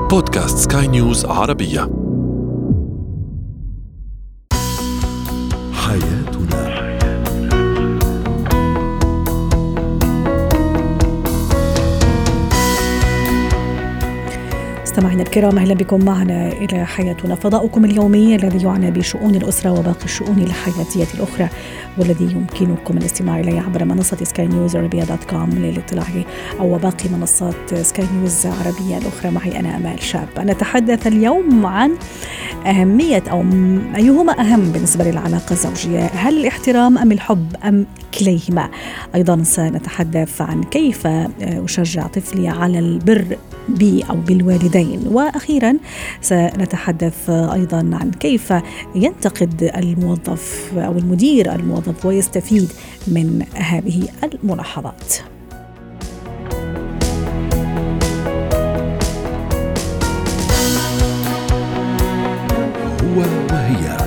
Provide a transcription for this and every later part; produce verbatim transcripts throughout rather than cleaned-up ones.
بودكاست سكاي نيوز عربية. حياتنا. مستمعينا الكرام، أهلا بكم معنا إلى حياتنا، فضاؤكم اليومي الذي يعنى بشؤون الأسرة وباقي الشؤون الحياتية الأخرى، والذي يمكنكم الاستماع إليه عبر منصة سكاي نيوز عربية دوت كوم للاطلاع أو باقي منصات سكاي نيوز عربية الأخرى. معي أنا أمال شاب. نتحدث اليوم عن أهمية أو أيهما أهم بالنسبة للعلاقة الزوجية، هل الاحترام أم الحب أم كليهما؟ أيضا سنتحدث عن كيف أشجع طفلي على البر بي أو بالوالدين، وأخيرا سنتحدث أيضا عن كيف ينتقد الموظف أو المدير الموظف ويستفيد من هذه الملاحظات. هو وهي.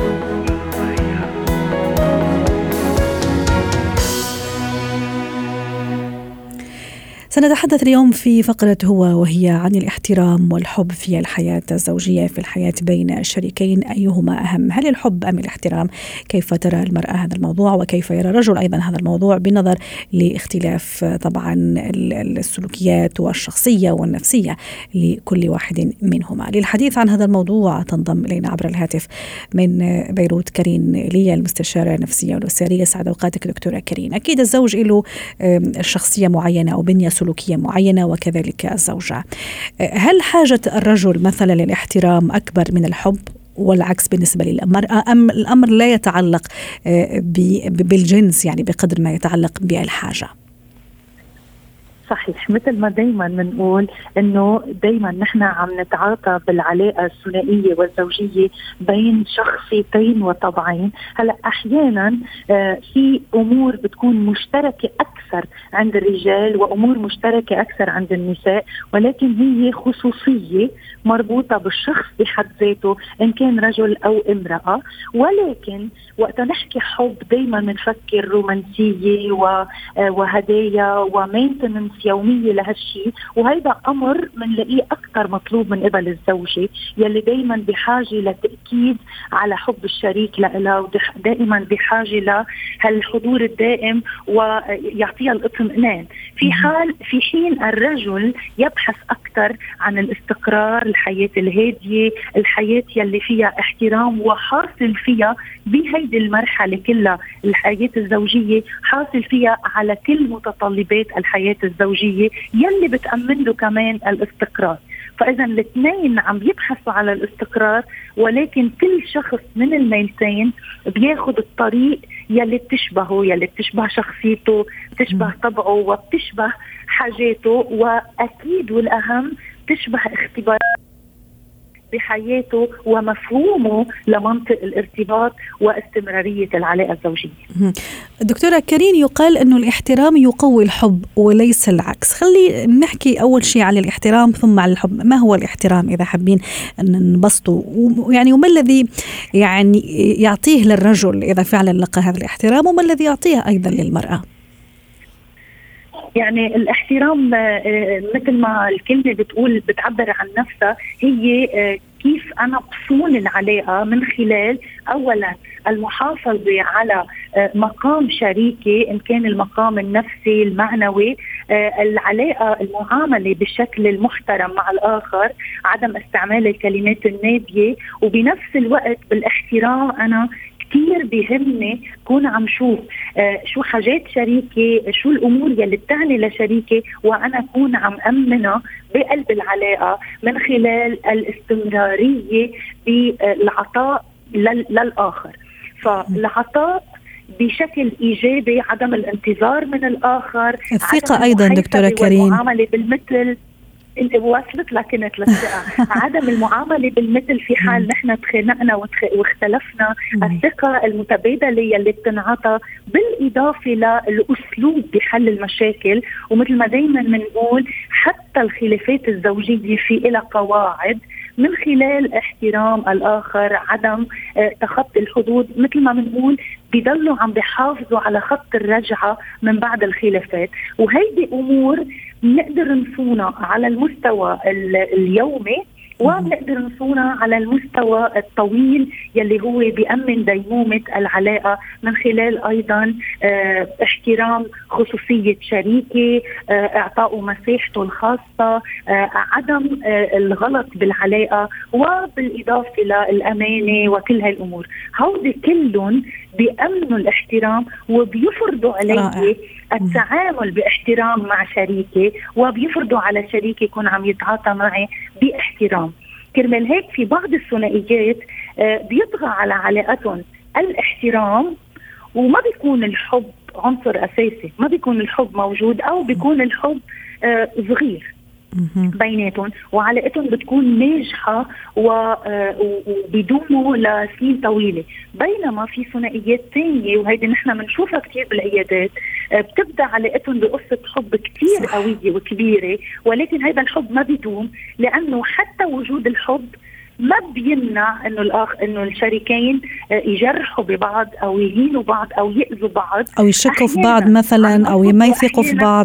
سنتحدث اليوم في فقرة هو وهي عن الاحترام والحب في الحياة الزوجية، في الحياة بين الشريكين، أيهما أهم، هل الحب أم الاحترام؟ كيف ترى المرأة هذا الموضوع، وكيف يرى الرجل أيضا هذا الموضوع، بنظر لاختلاف طبعا السلوكيات والشخصية والنفسية لكل واحد منهما. للحديث عن هذا الموضوع تنضم إلينا عبر الهاتف من بيروت كرين ليا، المستشارة النفسية والأسرية. سعد أوقاتك دكتورة كرين. أكيد الزوج له شخصية معينة أو بنية سلوكية معينة وكذلك الزوجة. هل حاجة الرجل مثلا للاحترام أكبر من الحب والعكس بالنسبة للمرأة، أم الأمر لا يتعلق بالجنس يعني بقدر ما يتعلق بالحاجة؟ صحيح، مثل ما دايما بنقول انه دايما نحن عم نتعاطى بالعلاقه الثنائيه والزوجيه بين شخصيتين وطبعين. هلا احيانا آه في امور بتكون مشتركه اكثر عند الرجال وامور مشتركه اكثر عند النساء، ولكن هي خصوصيه مربوطه بالشخص بحد ذاته ان كان رجل او امراه. ولكن وقت نحكي حب دايما بنفكر رومانسيه وهدايا ومينتننس يومية لهالشيء، وهذا أمر منلاقيه أكثر مطلوب من قبل الزوجة يلي دايما بحاجة لتأكيد على حب الشريك لها، ودائما بحاجة لهالحضور الدائم ويعطيها الاطمئنان. في حال في حين الرجل يبحث أكثر عن الاستقرار، الحياة الهادية، الحياة يلي فيها احترام، وحاصل فيها بهيدي المرحلة كلها الحياة الزوجية، حاصل فيها على كل متطلبات الحياة الزوجية يلي بتأمن له كمان الاستقرار. فإذا الاثنين عم يبحثوا على الاستقرار، ولكن كل شخص من الميلتين بياخد الطريق يلي بتشبهه، يلي بتشبه شخصيته، بتشبه طبعه وبتشبه حاجاته، وأكيد والأهم تشبه اختبارات بحياته ومفهومه لمنطق الارتباط واستمرارية العلاقة الزوجية. دكتورة كريم، يقال أنه الاحترام يقوي الحب وليس العكس. خلي نحكي أول شيء على الاحترام ثم على الحب. ما هو الاحترام إذا حابين أن نبسطه، يعني وما الذي يعني يعطيه للرجل إذا فعلا لقى هذا الاحترام، وما الذي يعطيه أيضا للمرأة؟ يعني الاحترام مثل ما الكلمة بتقول بتعبر عن نفسها، هي كيف أنا بصون العلاقة من خلال أولا المحافظة على مقام شريكي، إن كان المقام النفسي المعنوي، العلاقة المعاملة بالشكل المحترم مع الآخر، عدم استعمال الكلمات النابية، وبنفس الوقت بالاحترام أنا كتير بيهمني كون عم شوف آه شو حاجات شريكي، شو الأمور يلي بتعني لشريكي، وأنا أكون عم أمنها بقلب العلاقة من خلال الاستمرارية بالعطاء للآخر. فالعطاء بشكل إيجابي، عدم الانتظار من الآخر، الثقة أيضا دكتورة كريم، والمعاملة بالمثل. وصلت لكن الثقة عدم المعاملة بالمثل في حال نحن تخانقنا واختلفنا، الثقة المتبادلة يلي بتنعطى، بالإضافة للأسلوب بحل المشاكل. ومثل ما دايما بنقول حتى الخلافات الزوجية في إلى قواعد، من خلال احترام الآخر، عدم تخطي الحدود، مثل ما بنقول بيضلوا عم بيحافظوا على خط الرجعة من بعد الخلافات. وهيدي أمور نقدر نصونها على المستوى اليومي ونقدر نصونها على المستوى الطويل يلي هو بيأمن ديمومة العلاقة من خلال أيضا اه احترام خصوصية شريكي، اه اعطائه مساحته الخاصة، اه عدم اه الغلط بالعلاقة، وبالإضافة للأمانة وكل هاي الأمور. هودي كلهم بيأمنوا الاحترام وبيفرضوا عليه التعامل باحترام مع شريكي، وبيفرضوا على شريكي يكون عم يتعاطى معي باحترام. كرمال هيك في بعض الثنائيات بيطغى على علاقتهم الاحترام، وما بيكون الحب عنصر أساسي، ما بيكون الحب موجود، أو بيكون الحب صغير بيناتهم، وعلاقتهم بتكون ناجحة وبيدوموا لسنين طويلة. بينما في ثنائيات ثانية، وهيدي نحن بنشوفها كتير بالعيادات، بتبدأ علاقتهم بقصة حب كتير قوية وكبيرة، ولكن هذا الحب ما بيدوم، لأنه حتى وجود الحب ما بيمنع انه الاخ انه الشريكين يجرحوا ببعض او يهينوا بعض او يأذوا بعض او يشكوا في بعض مثلا، او ما يثقوا في بعض.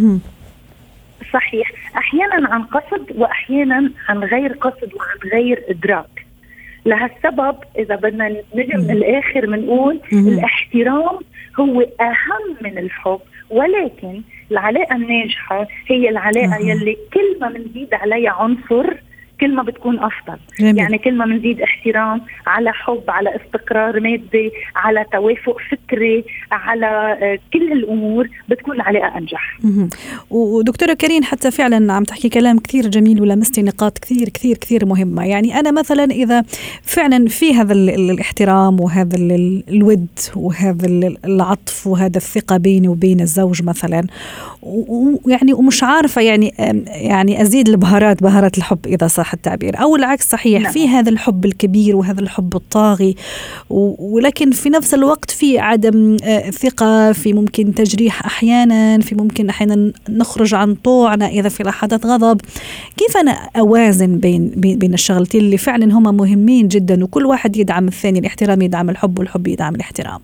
صحيح، احيانا عن قصد واحيانا عن غير قصد وعن غير ادراك. لهالسبب اذا بدنا نجي من الاخر بنقول الاحترام هو اهم من الحب، ولكن العلاقه الناجحه هي العلاقه يلي كل ما بنزيد عليها عنصر كل ما بتكون أفضل. جميل. يعني كل ما بنزيد احترام على حب، على استقرار مادي، على توافق فكري، على كل الأمور، بتكون العلاقة أنجح. ودكتورة كريم حتى فعلا عم تحكي كلام كثير جميل ولمستي نقاط كثير كثير كثير مهمة. يعني أنا مثلا إذا فعلا في هذا الاحترام وهذا الود وهذا العطف وهذا الثقة بيني وبين الزوج مثلا، ويعني ومش عارفة يعني يعني أزيد البهارات، بهارات الحب إذا صح التعبير، أو العكس صحيح. نعم. في هذا الحب الكبير وهذا الحب الطاغي، ولكن في نفس الوقت في عدم ثقة، في ممكن تجريح أحيانا، في ممكن أحيانا نخرج عن طوعنا إذا في لحظات غضب. كيف أنا أوازن بين بين الشغلتين اللي فعلا هما مهمين جدا، وكل واحد يدعم الثاني؟ الاحترام يدعم الحب والحب يدعم الاحترام.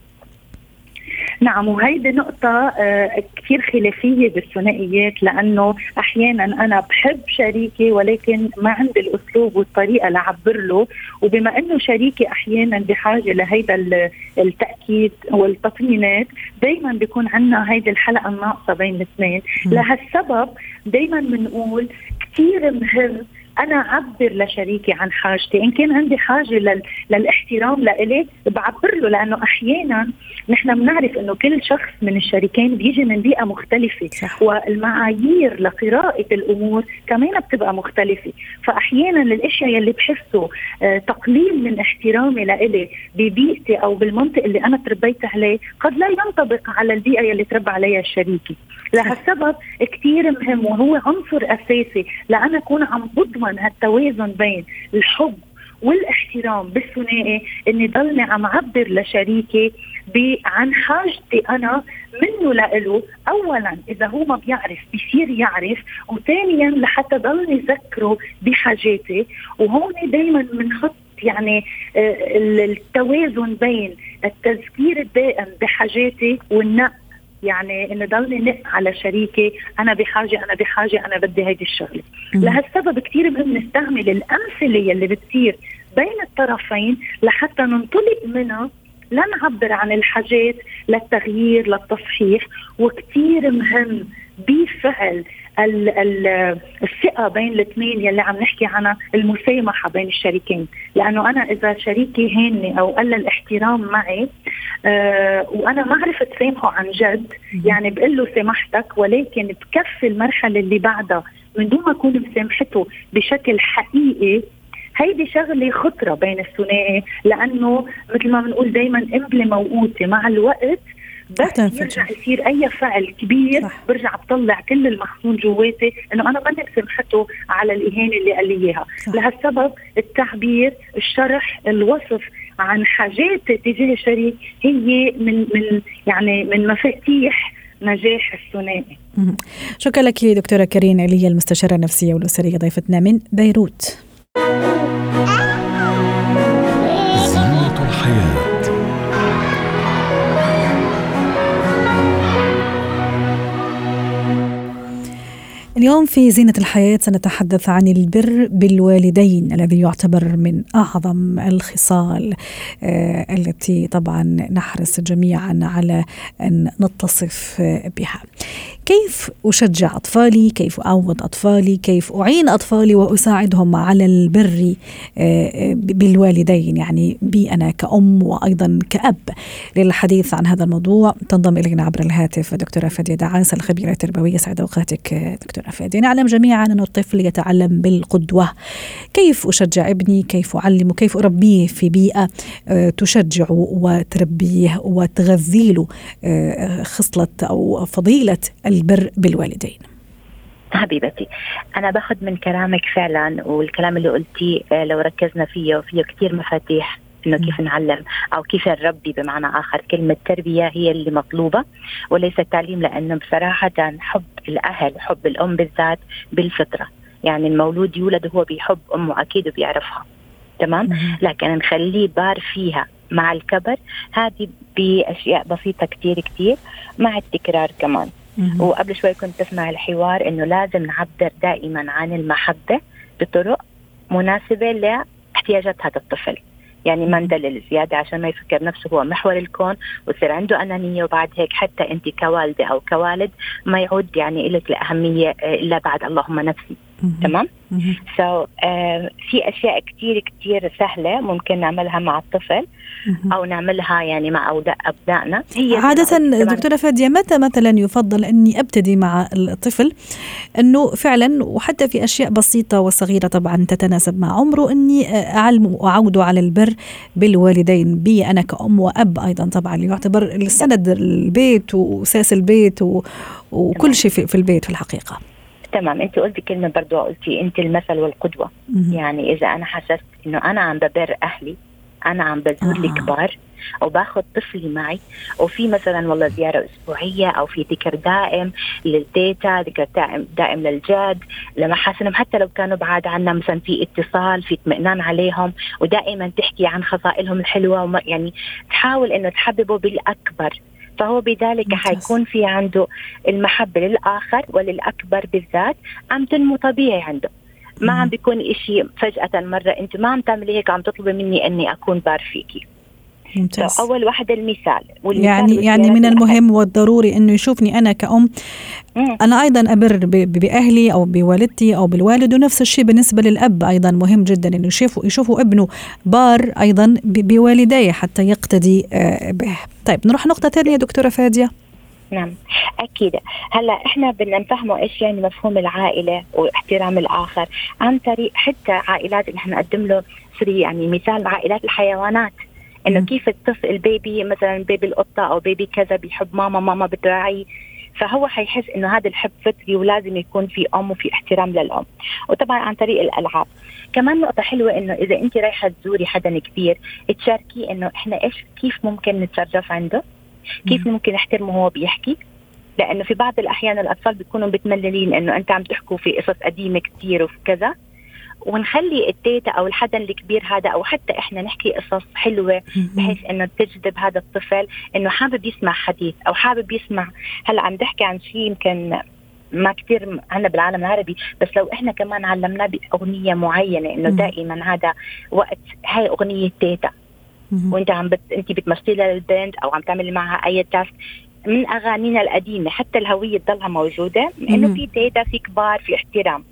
نعم، وهيدي نقطة آه كثير خلافية بالثنائيات، لأنه أحيانا أنا بحب شريكي ولكن ما عندي الأسلوب والطريقة لعبر له، وبما أنه شريكي أحيانا بحاجة لهيدا التأكيد والتطمينات، دايما بيكون عنا هيدي الحلقة الناقصة بين الاثنين. لهالسبب دايما بنقول كثير مهم أنا أعبر لشريكي عن حاجتي. إن كان عندي حاجة لل... للاحترام لإلي بعبر له، لأنه أحيانا نحن بنعرف أنه كل شخص من الشريكين بيجي من بيئة مختلفة. صح. والمعايير لقراءة الأمور كمان بتبقى مختلفة. فأحيانا الأشياء يلي بحسه آه تقليل من احترامي لإلي ببيئتي أو بالمنطقة اللي أنا تربيت عليه قد لا ينطبق على البيئة يلي تربى عليها الشريكي. لهالسبب كتير مهم وهو عنصر أساسي لأنا أكون عم بضمن هالتوازن بين الحب والاحترام بالثنائي، إني ضلني عم عبر لشريكي عن حاجتي أنا منه لإله. أولا إذا هو ما بيعرف بيصير يعرف، وثانيا لحتى ضلني ذكره بحاجاتي. وهون دايما بنحط يعني التوازن بين التذكير الدائم بحاجاتي والنق، يعني إنه ضلني نق على شريكي أنا بحاجة أنا بحاجة أنا بدي هيدي الشغلة. لهالسبب كتير مهم نستعمل الأمثلة اللي بتصير بين الطرفين لحتى ننطلق منها لنعبر عن الحاجات للتغيير للتصحيح. وكتير مهم بفعل ال ال الثقة بين الاثنين يلي عم نحكي عنها، المسامحة بين الشريكين. لأنه أنا إذا شريكي هاني أو قل الاحترام معي آه وأنا ما عرفت سامحه عن جد، يعني بقول له سامحتك ولكن بكفي المرحلة اللي بعدها من دون ما أكون مسامحته بشكل حقيقي، هيدي شغلة خطرة بين الثنائي. لأنه مثل ما بنقول دايما قنبلة موقوتة مع الوقت، بس يرجع يصير أي فعل كبير. صح. برجع بطلع كل المخزون جواتي إنه أنا بدي سمحته على الإهانة اللي قال لي إياها. لهالسبب التعبير، الشرح، الوصف عن حاجات تجاه الشريك هي من من يعني من مفاتيح نجاح الثنائي. شكرا لك دكتورة كريم علي، المستشارة النفسية والأسرية، ضيفتنا من بيروت. زينة الحياة. اليوم في زينة الحياة سنتحدث عن البر بالوالدين الذي يعتبر من أعظم الخصال آه التي طبعا نحرص جميعا على أن نتصف بها. كيف أشجع أطفالي؟ كيف أعود أطفالي؟ كيف أعين أطفالي وأساعدهم على البر آه بالوالدين، يعني بي أنا كأم وأيضا كأب؟ للحديث عن هذا الموضوع تنضم إلينا عبر الهاتف دكتورة فادية دعاس، الخبيرة التربوية. سعد أوقاتك دكتورة فادية. نعلم جميعا أن الطفل يتعلم بالقدوة. كيف أشجع ابني؟ كيف أعلمه؟ كيف أربيه في بيئة تشجعه وتربيه وتغذي له خصلة أو فضيلة البر بالوالدين؟ حبيبتي، أنا باخذ من كلامك فعلا، والكلام اللي قلتيه لو ركزنا فيه وفيه كتير مفاتيح إنه كيف نعلم أو كيف نربي. بمعنى آخر كلمة تربية هي اللي مطلوبة وليس التعليم، لأنه بصراحة حب الأهل، حب الأم بالذات بالفطرة. يعني المولود يولد هو بيحب أمه أكيد وبيعرفها، تمام، لكن نخليه بار فيها مع الكبر هذه بأشياء بسيطة كتير كتير مع التكرار كمان. وقبل شوي كنت تسمع الحوار إنه لازم نعبر دائما عن المحبة بطرق مناسبة لاحتياجات هذا الطفل. يعني ما ندلل زيادة عشان ما يفكر نفسه هو محور الكون ويصير عنده أنانية، وبعد هيك حتى أنت كوالدة أو كوالد ما يعود يعني إلك الأهمية إلا بعد اللهم نفسي. تمام. so, uh, في أشياء كتير كتير سهلة ممكن نعملها مع الطفل أو نعملها يعني مع أبنائنا. هي عادة دكتورة فادية، متى مثلا يفضل أني أبتدي مع الطفل أنه فعلا، وحتى في أشياء بسيطة وصغيرة طبعا تتناسب مع عمره، أني أعلم وأعوده على البر بالوالدين بي أنا كأم وأب أيضا طبعا، يعتبر السند البيت وأساس البيت و... وكل شيء في البيت في الحقيقة. تمام. انت قلتي كلمة برضو، قلتي انت المثل والقدوة. مم. يعني اذا انا حسست انه انا عم ببر اهلي، انا عم بزور آه. الكبار او باخذ طفلي معي، وفي مثلا والله زيارة اسبوعية او في ذكر دائم للتيتا، ذكر دائم, دائم للجد، لما حسنهم حتى لو كانوا بعاد عنا، مثلا في اتصال، في اطمئنان عليهم، ودائما تحكي عن خصائلهم الحلوة، يعني تحاول انه تحببه بالاكبر، فهو بذلك حيكون في عنده المحبة للآخر وللأكبر بالذات عم تنمو طبيعي عنده. ما عم بيكون إشي فجأة مرة أنت ما عم تعملي هيك عم تطلبي مني أني أكون بار فيكي. ممتاز. أول واحدة المثال، يعني يعني من المهم والضروري إنه يشوفني أنا كأم مم. أنا أيضا أبر بأهلي أو بوالدتي أو بالوالد، ونفس الشيء بالنسبة للأب أيضا مهم جدا إنه يشوفوا يشوفوا ابنه بار أيضا بوالديه حتى يقتدي به. طيب نروح نقطة ثانية دكتورة فادية. نعم أكيد. هلا إحنا بدنا نفهمه إيش يعني مفهوم العائلة واحترام الآخر عن طريق حتى عائلات اللي إحنا نقدم له سري، يعني مثال عائلات الحيوانات، إنه م. كيف الطفل البيبي مثلا بيبي القطة أو بيبي كذا بيحب ماما، ماما بتراعي، فهو حيحس إنه هذا الحب فطري ولازم يكون في أم وفي احترام للأم. وطبعا عن طريق الألعاب كمان نقطة حلوة، إنه إذا أنت رايحة تزوري حدا كبير تشاركي إنه إحنا إيش كيف ممكن نتصرف عنده، كيف ممكن نحترمه هو بيحكي، لأنه في بعض الأحيان الأطفال بيكونوا بتمللين إنه أنت عم تحكوا في قصص قديمة كتير وفي كذا، ونخلي التيتا أو الحدا الكبير هذا أو حتى إحنا نحكي قصص حلوة بحيث إنه تجذب هذا الطفل إنه حابب يسمع حديث أو حابب يسمع. هلا عم تحكي عن شيء يمكن ما كتير عنا بالعالم العربي، بس لو إحنا كمان علمناه بأغنية معينة إنه دائما هذا وقت هاي أغنية تيتا، وانت عم بت... انت بتمثلها للبنت او عم تعملي معها اي تاسك من اغانينا القديمه، حتى الهويه تضلها موجوده، انه في تيتا، في كبار، في احترام.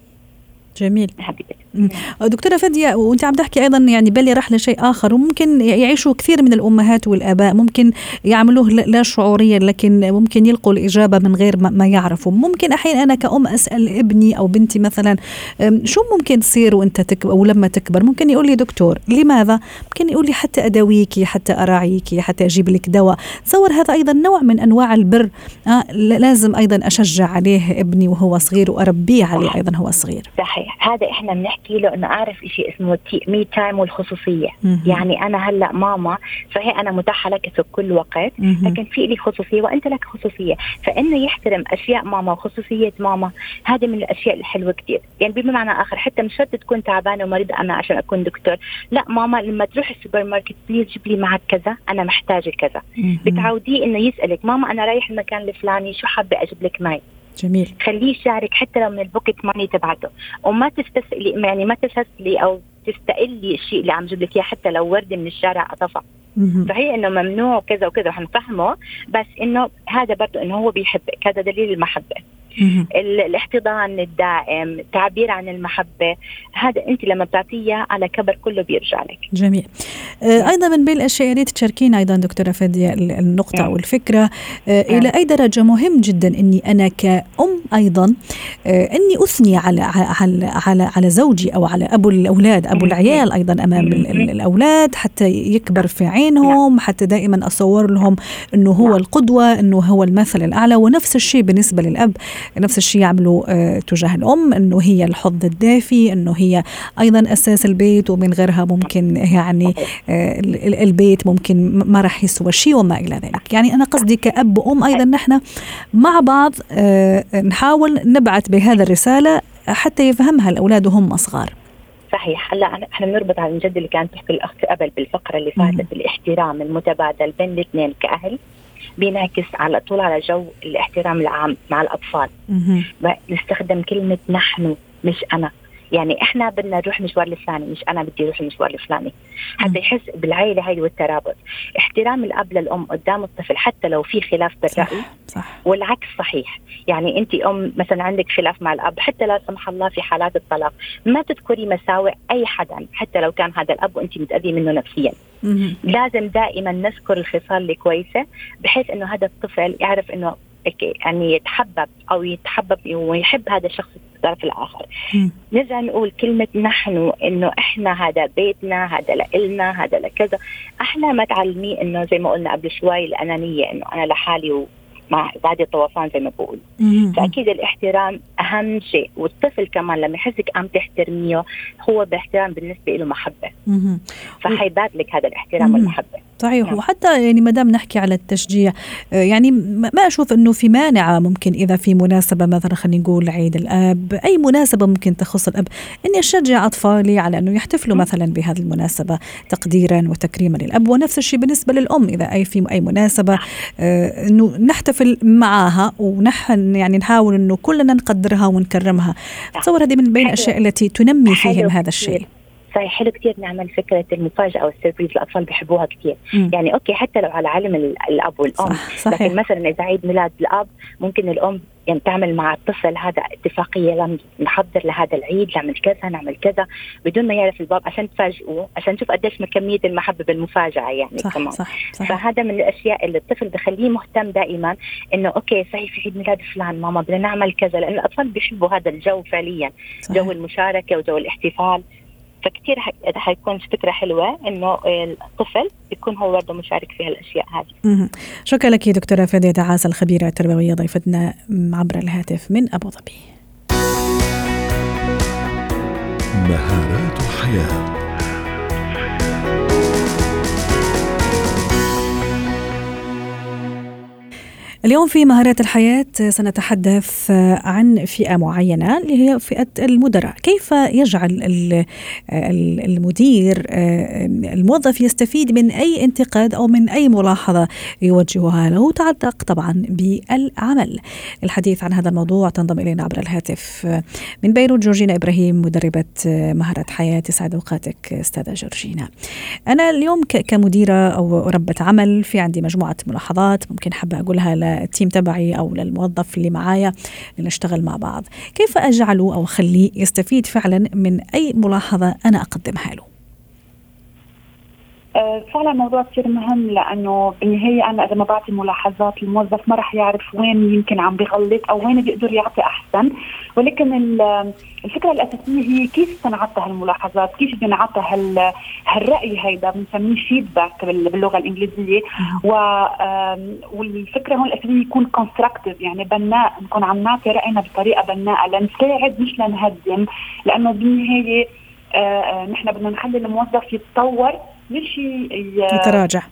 جميل حبيبتي. دكتورة فادية، وانت عم تحكي ايضا يعني بالي رح لشيء اخر، وممكن يعيشوا كثير من الامهات والاباء، ممكن يعملوه لا شعوريا لكن ممكن يلقوا الاجابه من غير ما يعرفوا. ممكن احيانا انا كأم اسال ابني او بنتي مثلا شو ممكن تصير وانت تكبر او لما تكبر؟ ممكن يقول لي دكتور لماذا، ممكن يقول لي حتى اداويكي، حتى اراعيكي، حتى اجيب لك دواء. تصور هذا ايضا نوع من انواع البر. آه لازم ايضا اشجع عليه ابني وهو صغير واربيه عليه ايضا هو صغير. صحيح. هذا احنا بنحكي أحكي له إنه أعرف إشي اسمه مي تايم والخصوصية. مم. يعني أنا هلأ ماما صحيح أنا متاحة لك في كل وقت، مم. لكن في لي خصوصية وأنت لك خصوصية، فإنه يحترم أشياء ماما وخصوصية ماما. هذه من الأشياء الحلوة كتير. يعني بمعنى آخر حتى مش شرط تكون تعبانة ومريضة أنا عشان أكون دكتور، لا ماما لما تروح السوبر ماركت بليز جيب لي معك كذا، أنا محتاجة كذا. مم. بتعوديه إنه يسألك ماما أنا رايح المكان الفلاني شو حابة أجيب لك معي. جميل. خليه يشارك حتى لو من البوكيت ماني تبعته، وما تستسئلي يعني ما تستسئلي أو تستقلي الشيء اللي عم جيب لك إياه حتى لو وردة من الشارع قطفها. صحيح إنه ممنوع كذا وكذا وحنفهمه، بس إنه هذا برضه إنه هو بيحبك، هذا دليل المحبة. الاحتضان الدائم، التعبير عن المحبة، هذا أنت لما بتعطيه على كبر كله بيرجع لك. جميل. آه أيضا من بين الأشياء يا ريت تشاركين أيضا دكتورة فادية النقطة أو الفكرة آه إلى أي درجة مهم جدا إني أنا كأم أيضا آه إني أثني على على على على زوجي أو على أبو الأولاد، أبو العيال أيضا أمام الأولاد حتى يكبر في عينهم، حتى دائما أصور لهم إنه هو القدوة، إنه هو المثل الأعلى. ونفس الشيء بالنسبة للأب، نفس الشيء يعملوا آه تجاه الأم، إنه هي الحضن الدافي، إنه هي أيضا أساس البيت، ومن غيرها ممكن يعني آه البيت ممكن ما راح يسوى شيء وما إلى ذلك. يعني أنا قصدي كأب وأم أيضا نحن مع بعض آه نحاول نبعث بهذا الرسالة حتى يفهمها الأولاد وهم صغار. صحيح. هلا احنا بنربط على الجد اللي كانت تحكي الأخت قبل بالفقرة اللي فاتت، الاحترام المتبادل بين الاثنين كأهل بينعكس على طول على جو الاحترام العام مع الأطفال. نستخدم كلمة نحن مش أنا. يعني إحنا بدنا نروح مشوار الفلاني، مش أنا بدي أروح المشوار الفلاني، حتى يحس بالعائلة هاي والترابط. احترام الأب للأم قدام الطفل حتى لو في خلاف بالرأي، صح. والعكس صحيح. يعني أنت أم مثلا عندك خلاف مع الأب، حتى لا سمح الله في حالات الطلاق ما تذكري مساوئ أي حدا حتى لو كان هذا الأب وأنت متأذي منه نفسيا. لازم دائما نذكر الخصال الكويسة بحيث أنه هذا الطفل يعرف أنه يعني يتحبب أو يتحبب ويحب هذا الشخص الطرف الآخر. نرجع نقول كلمة نحن، إنه إحنا هذا بيتنا، هذا لإلنا، هذا لكذا. أحلى ما تعلميه إنه زي ما قلنا قبل شوي الأنانية، إنه أنا لحالي ومع بعد الطوفان زي ما بقول. فأكيد الاحترام أهم شيء، والطفل كمان لما يحسك عم تحترميه هو باحترام بالنسبة له محبة، فحيبات لك هذا الاحترام والمحبة. صحيح. وحتى يعني ما دام نحكي على التشجيع، يعني ما أشوف إنه في مانع ممكن إذا في مناسبة مثلا خلينا نقول عيد الأب، أي مناسبة ممكن تخص الأب، إني أشجع أطفالي على إنه يحتفلوا مثلا بهذه المناسبة تقديرا وتكريما للأب. ونفس الشيء بالنسبة للأم، إذا أي في أي مناسبة آه إنه نحتفل معها ونحن يعني نحاول إنه كلنا نقدرها ونكرمها. أتصور هذه من بين الأشياء التي تنمي فيهم هذا الشيء. صحيح. حلو كتير نعمل فكرة المفاجأة والسيربريز، الأطفال بيحبوها كتير. مم. يعني أوكي حتى لو على علم الأب والأم، صح. لكن مثلا إذا عيد ميلاد الأب ممكن الأم يعني تعمل مع الطفل هذا اتفاقية، لما نحضر لهذا العيد نعمل كذا نعمل كذا بدون ما يعرف الباب، عشان تفاجئوه، عشان نشوف قديش كمية المحبة بالمفاجأة يعني. صح. كمان صح. صح. فهذا من الأشياء اللي الطفل بخليه مهتم دائما إنه أوكي صحيح في عيد ميلاد فلان ماما بدنا نعمل كذا، لأن الأطفال بيحبوا هذا الجو فعليا. صح. جو المشاركة وجو الاحتفال. فكتير حيكون فكرة حلوة إنه الطفل يكون هو برضه مشارك في هالأشياء هذه. شكرا لك دكتورة فادية تعاسة الخبيرة التربوية ضيفتنا عبر الهاتف من أبو ظبي. مهارات حياة. اليوم في مهارات الحياة سنتحدث عن فئة معينة اللي هي فئة المدراء. كيف يجعل المدير الموظف يستفيد من أي انتقاد أو من أي ملاحظة يوجهها له تعلق طبعا بالعمل. الحديث عن هذا الموضوع تنضم إلينا عبر الهاتف من بيروت جورجينا إبراهيم، مدربة مهارات حياة. يسعد أوقاتك أستاذة جورجينا. أنا اليوم كمديرة أو ربة عمل في عندي مجموعة ملاحظات ممكن حابة أقولها التيم تبعي أو للموظف اللي معايا اللي نشتغل مع بعض. كيف أجعله أو خليه يستفيد فعلا من أي ملاحظة أنا أقدمها له؟ فعلا موضوع كثير مهم، لأنه بالنهاية أنا إذا ما بعطي ملاحظات الموظف ما رح يعرف وين يمكن عم بيغلط أو وين بيقدر يعطي أحسن. ولكن الفكرة الأساسية هي كيف تنعطى هالملاحظات، كيف بنعطى هال هالرأي، هيدا بنسميه فيدباك باللغة الإنجليزية. والفكرة هون الأساسية يكون كونستراكتيف، يعني بناء، نكون عم نعطي رأينا بطريقة بناءة لنساعد مش لنهدم. لأنه بالنهاية نحن بدنا نخلي الموظف يتطور مش يتراجع،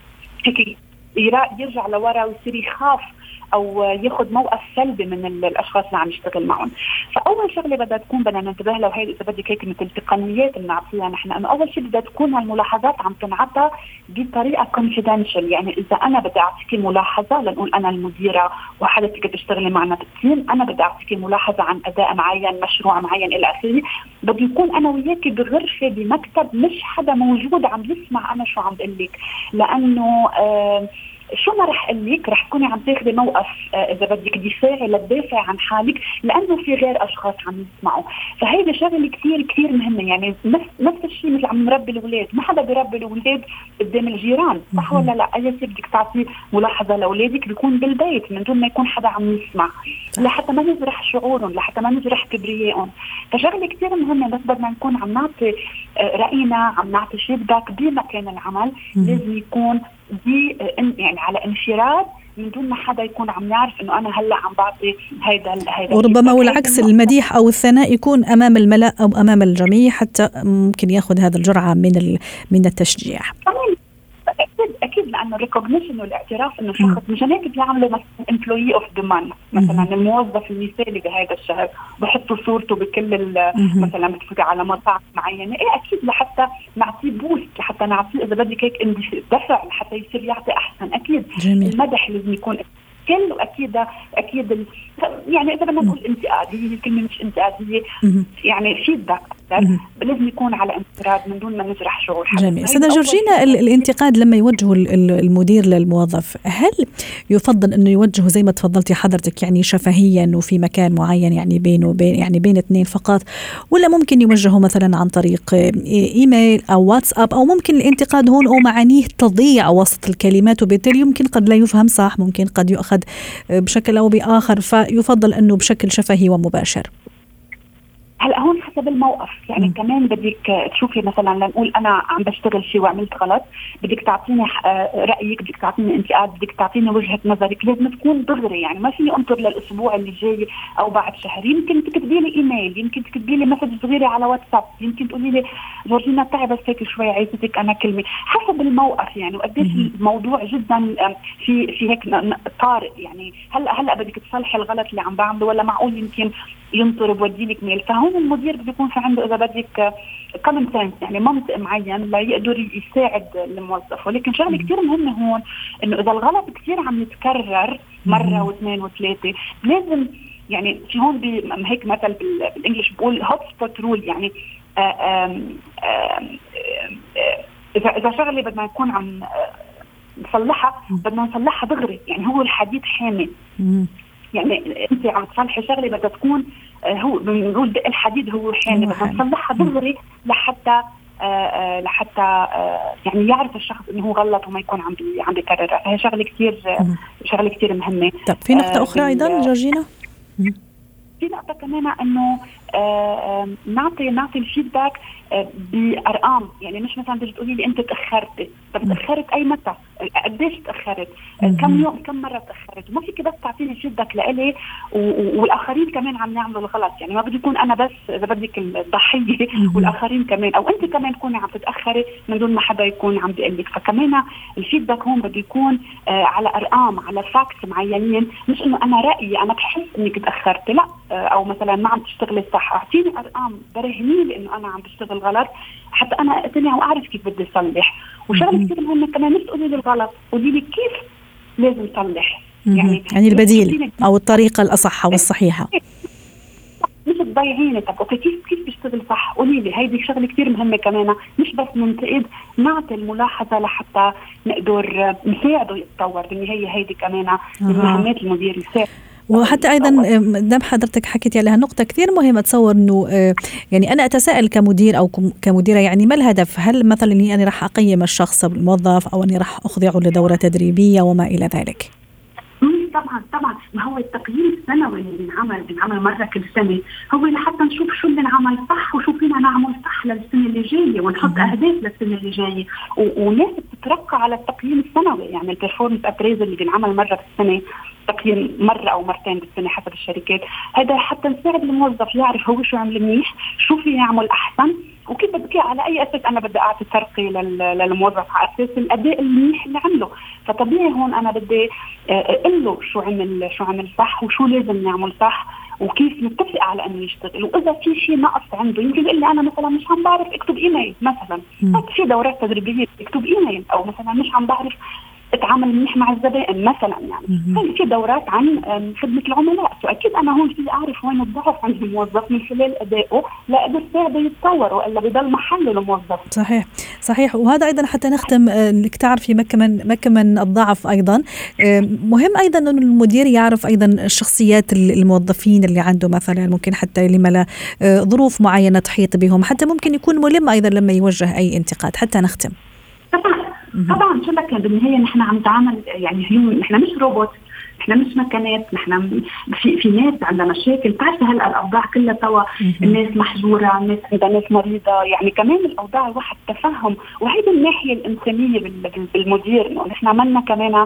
يرجع لورا ويصير يخاف او ياخذ موقف سلبي من الاشخاص اللي عم يشتغل معهم. فاول شغله بدها تكون بدنا ننتبه لها، وهي اذا بدك هيك مثل التقنيات اللي نعطيها نحن، انه اول شيء بدها تكون هالملاحظات عم تنعطى بطريقه كونفيدنشال. يعني اذا انا بدي اعطيكي ملاحظه، لنقول انا المديره وحضرتك بتشتغلي معنا بالتيم، انا بدي اعطيكي ملاحظه عن اداء معين، مشروع معين الى اخره، بده يكون انا وياكي بغرفه بمكتب، مش حدا موجود عم يسمع انا شو عم بقول لك. لانه آه شو ما رح أقول لك رح تكوني عم تاخذي موقف إذا بدك دفاعي لتدافع عن حالك، لأنه في غير أشخاص عم يسمعوا. فهيدا شغلة كتير كتير مهمة. يعني نفس نفس الشيء مثل عم نربي الأولاد، ما حدا بيربي الأولاد قدام الجيران، صح ولا لا؟ أي شيء بدك تعطي ملاحظة لأولادك بيكون بالبيت من دون ما يكون حدا عم يسمع، لحتى ما نجرح شعورهم، لحتى ما نجرح كبريائهم. فشغلة كتير مهمة، بس بدنا نكون عم نعطي رأينا، عم نعطي فيدباك بمكان العمل، لازم يكون دي يعني على انفراد من دون ما حدا يكون عم يعرف انه انا هلا عم بعطي هيدا هيدا. وربما والعكس، المديح او الثناء يكون امام الملأ او امام الجميع، حتى ممكن ياخذ هذا الجرعه من من التشجيع. اكيد اكيد لانه الريكوجنيشن والاعتراف انه شخص مش هيك بيعملوا مثلا امبلوي اوف ذا مان، مثلا الموظف المثالي بهذا الشهر بحطوا صورته بكل مثلا بتفوت على مطاعم معينه، ايه اكيد لحتى نعطيه بوست، لحتى نعطيه اذا بدك هيك دفع لحتى يصير يعطي احسن. اكيد جميل. المدح لازم يكون كل، واكيد اكيد ال... يعني اذا بدنا نقول انتقاديه، الكلمه مش انتقاديه، يعني فيدباك لازم يكون على انفراد من دون ما نجرح شعور حدا. جميل. سيدة جورجينا، الانتقاد لما يوجهه المدير للموظف، هل يفضل انه يوجهه زي ما تفضلتي حضرتك يعني شفهيا وفي مكان معين، يعني بينه وبين يعني بين اثنين فقط، ولا ممكن يوجهه مثلا عن طريق ايميل او واتساب، او ممكن الانتقاد هون او معانيه تضيع وسط الكلمات وبالتالي يمكن قد لا يفهم صح، ممكن قد يؤخذ بشكل او باخر، فيفضل انه بشكل شفهي ومباشر؟ هلا هون حسب الموقف، يعني م. كمان بدك تشوفي مثلا لنقول انا عم بشتغل شيء وعملت غلط، بدك تعطيني رايك، بدك تعطيني انتقاد، بدك تعطيني وجهه نظرك، لازم تكون دغري. يعني ما فيني انطر للاسبوع اللي جاي او بعد شهر، يمكن تكتبي لي ايميل، يمكن تكتبي لي مسج صغيره على واتساب، يمكن تقولي لي جورجينا تعي بس هيك شوي عايزتك انا كلمه، حسب الموقف. يعني وقديش الموضوع جدا في في هيك طارئ، يعني هلا هلا بدك تصلحي الغلط اللي عم بعمله، ولا معقول يمكن ينطر بودي لك ميل. فهون المدير بده يكون في عنده اذا بدك كومن سنس، يعني منطق معين لا يقدر يساعد الموظف. ولكن شغله كثير مهمه هون انه اذا الغلط كثير عم يتكرر مره واثنين وثلاثه، لازم يعني في هون هيك مثل بالانجلش بقول هوت سبوت رول، يعني آآ آآ آآ اذا اذا شغله بدنا نكون عم نصلحها بدنا نصلحها دغري. يعني هو الحديد حامي، يعني انت عم تصلحي شغله بدها تكون هو بنقول الحديد هو حامي، بدنا نصلحها دغري لحتى آه لحتى آه يعني يعرف الشخص انه هو غلط وما يكون عم بي عم بيكررها. فهي شغله كثير شغله كثير مهمه. طب في نقطه آه اخرى ايضا جورجينا، في نقطه كمان انه آه نعطي نعطي الفيدباك آه بارقام. يعني مش مثلا تيجي تقولي لي انت تاخرتي، طب تاخرت اي متى، قديش تاخرت، آه كم يوم، كم مره تاخرت. ما فيك بس تعطيني فيدباك لإلي والاخرين كمان عم يعملوا الغلط. يعني ما بدي يكون انا بس اذا بدك الضحيه والاخرين كمان، او انت كمان تكوني عم تتاخري من دون ما حدا يكون عم بيقول لك. فكمان الفيدباك هون بده يكون آه على ارقام، على فاكتس معينين، مش انه انا رايي انا بحس انك تاخرتي، لا، آه او مثلا ما عم تشتغلي صح. اعطيني ارقام برهني لي انه انا عم بشتغل غلط حتى انا اقتنع واعرف كيف بدي اصلح. وشغله كثير مهمه كمان، مش تقولي لي الغلط، قولي لي كيف لازم اصلح. يعني يعني البديل او الطريقه الاصح والصحيحه، مش تضيعيني. طب اوكي كيف كيف بشتغل صح، قولي لي. هيدي شغله كثير مهمه كمان، مش بس ننتقد، نعطي الملاحظه لحتى نقدر نساعده يتطور. بالنهايه هيدي كمان من مهمات المدير، يساعد. وحتى أيضا دام حضرتك حكيتي على هالنقطة كثير مهمة، تصور أنه يعني أنا أتساءل كمدير أو كمديرة، يعني ما الهدف؟ هل مثلا أني أنا راح أقيم الشخص الموظف أو أني راح أخضعه لدورة تدريبية وما إلى ذلك؟ طبعا طبعا ما هو التقييم السنوي اللي بنعمل بنعمل مره كل سنه هو لحتى نشوف شو اللي انعمل صح وشو فينا نعمل صح للسنه اللي جايه، ونحط اهداف للسنه اللي جايه، وناس بتترقى على التقييم السنوي. يعني البرفورمانس ابريزل اللي بنعمل مره في السنه، تقييم مره او مرتين بالسنه حسب الشركات، هذا حتى نساعد الموظف يعرف هو شو عمل منيح، شو في يعمل احسن، وكيف بدي على اي اساس انا بدي اعطي ترقي للموظف على اساس الاداء المنيح اللي عمله. فطبيعي هون انا بدي اقول له شو عمل شو عمل صح وشو لازم نعمل صح وكيف نتفق على انه يشتغل. واذا في شيء نقص عنده يمكن يقول لي انا مثلا مش عم بعرف اكتب ايميل مثلا، في دورات تدريبيه اكتب ايميل، او مثلا مش عم بعرف اتعامل منيح مع الزبائن مثلا. يعني في دورات عن خدمه العملاء، فاكيد انا هون في اعرف وين الضعف عند الموظف من خلال ادائه لا اقدر ساعده يتطور والا بضل محله الموظف. صحيح صحيح. وهذا ايضا حتى نختم انك تعرفي مكمن مكمن الضعف ايضا مهم ايضا انه المدير يعرف ايضا الشخصيات الموظفين اللي عنده، مثلا ممكن حتى لما لا ظروف معينه تحيط بهم، حتى ممكن يكون ملم ايضا لما يوجه اي انتقاد. حتى نختم طبعا شو لك بالنهايه نحن عم نتعامل يعني هيومن، نحن مش روبوت، نحن مش مكانات، نحن في في ناس عندها مشاكل. بتعرفي هلا الاوضاع كلها توا، الناس محجوره، الناس عندها ناس مريضه، يعني كمان الاوضاع الواحد تفهم. وهيدي الناحيه الانسانيه بالمدير، انه نحن عملنا كمان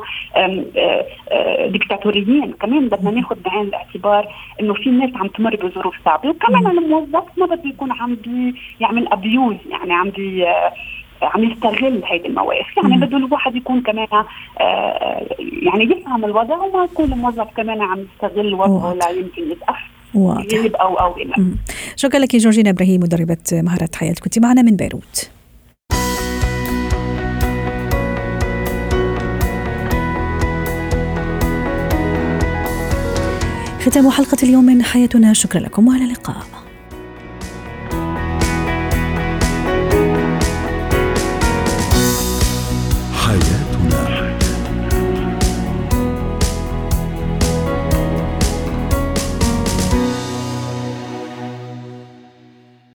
ديكتاتوريين، كمان بدنا ناخذ بعين الاعتبار انه في ناس عم تمر بظروف صعبه، وكمان الموظف ما بده يكون عم يعمل ابيوز، يعني عم بي عم يستغل هيدي المواقف. يعني بده الواحد يكون كمان آه يعني يفهم الوضع، وما يكون الموظف كمان عم يستغل وضعه لا يمكن يتأخر أو أو إلا. شكرا لك جورجينا إبراهيم، مدربة مهارات حياة، كنت معنا من بيروت. ختام حلقة اليوم من حياتنا، شكرا لكم وعلى اللقاء.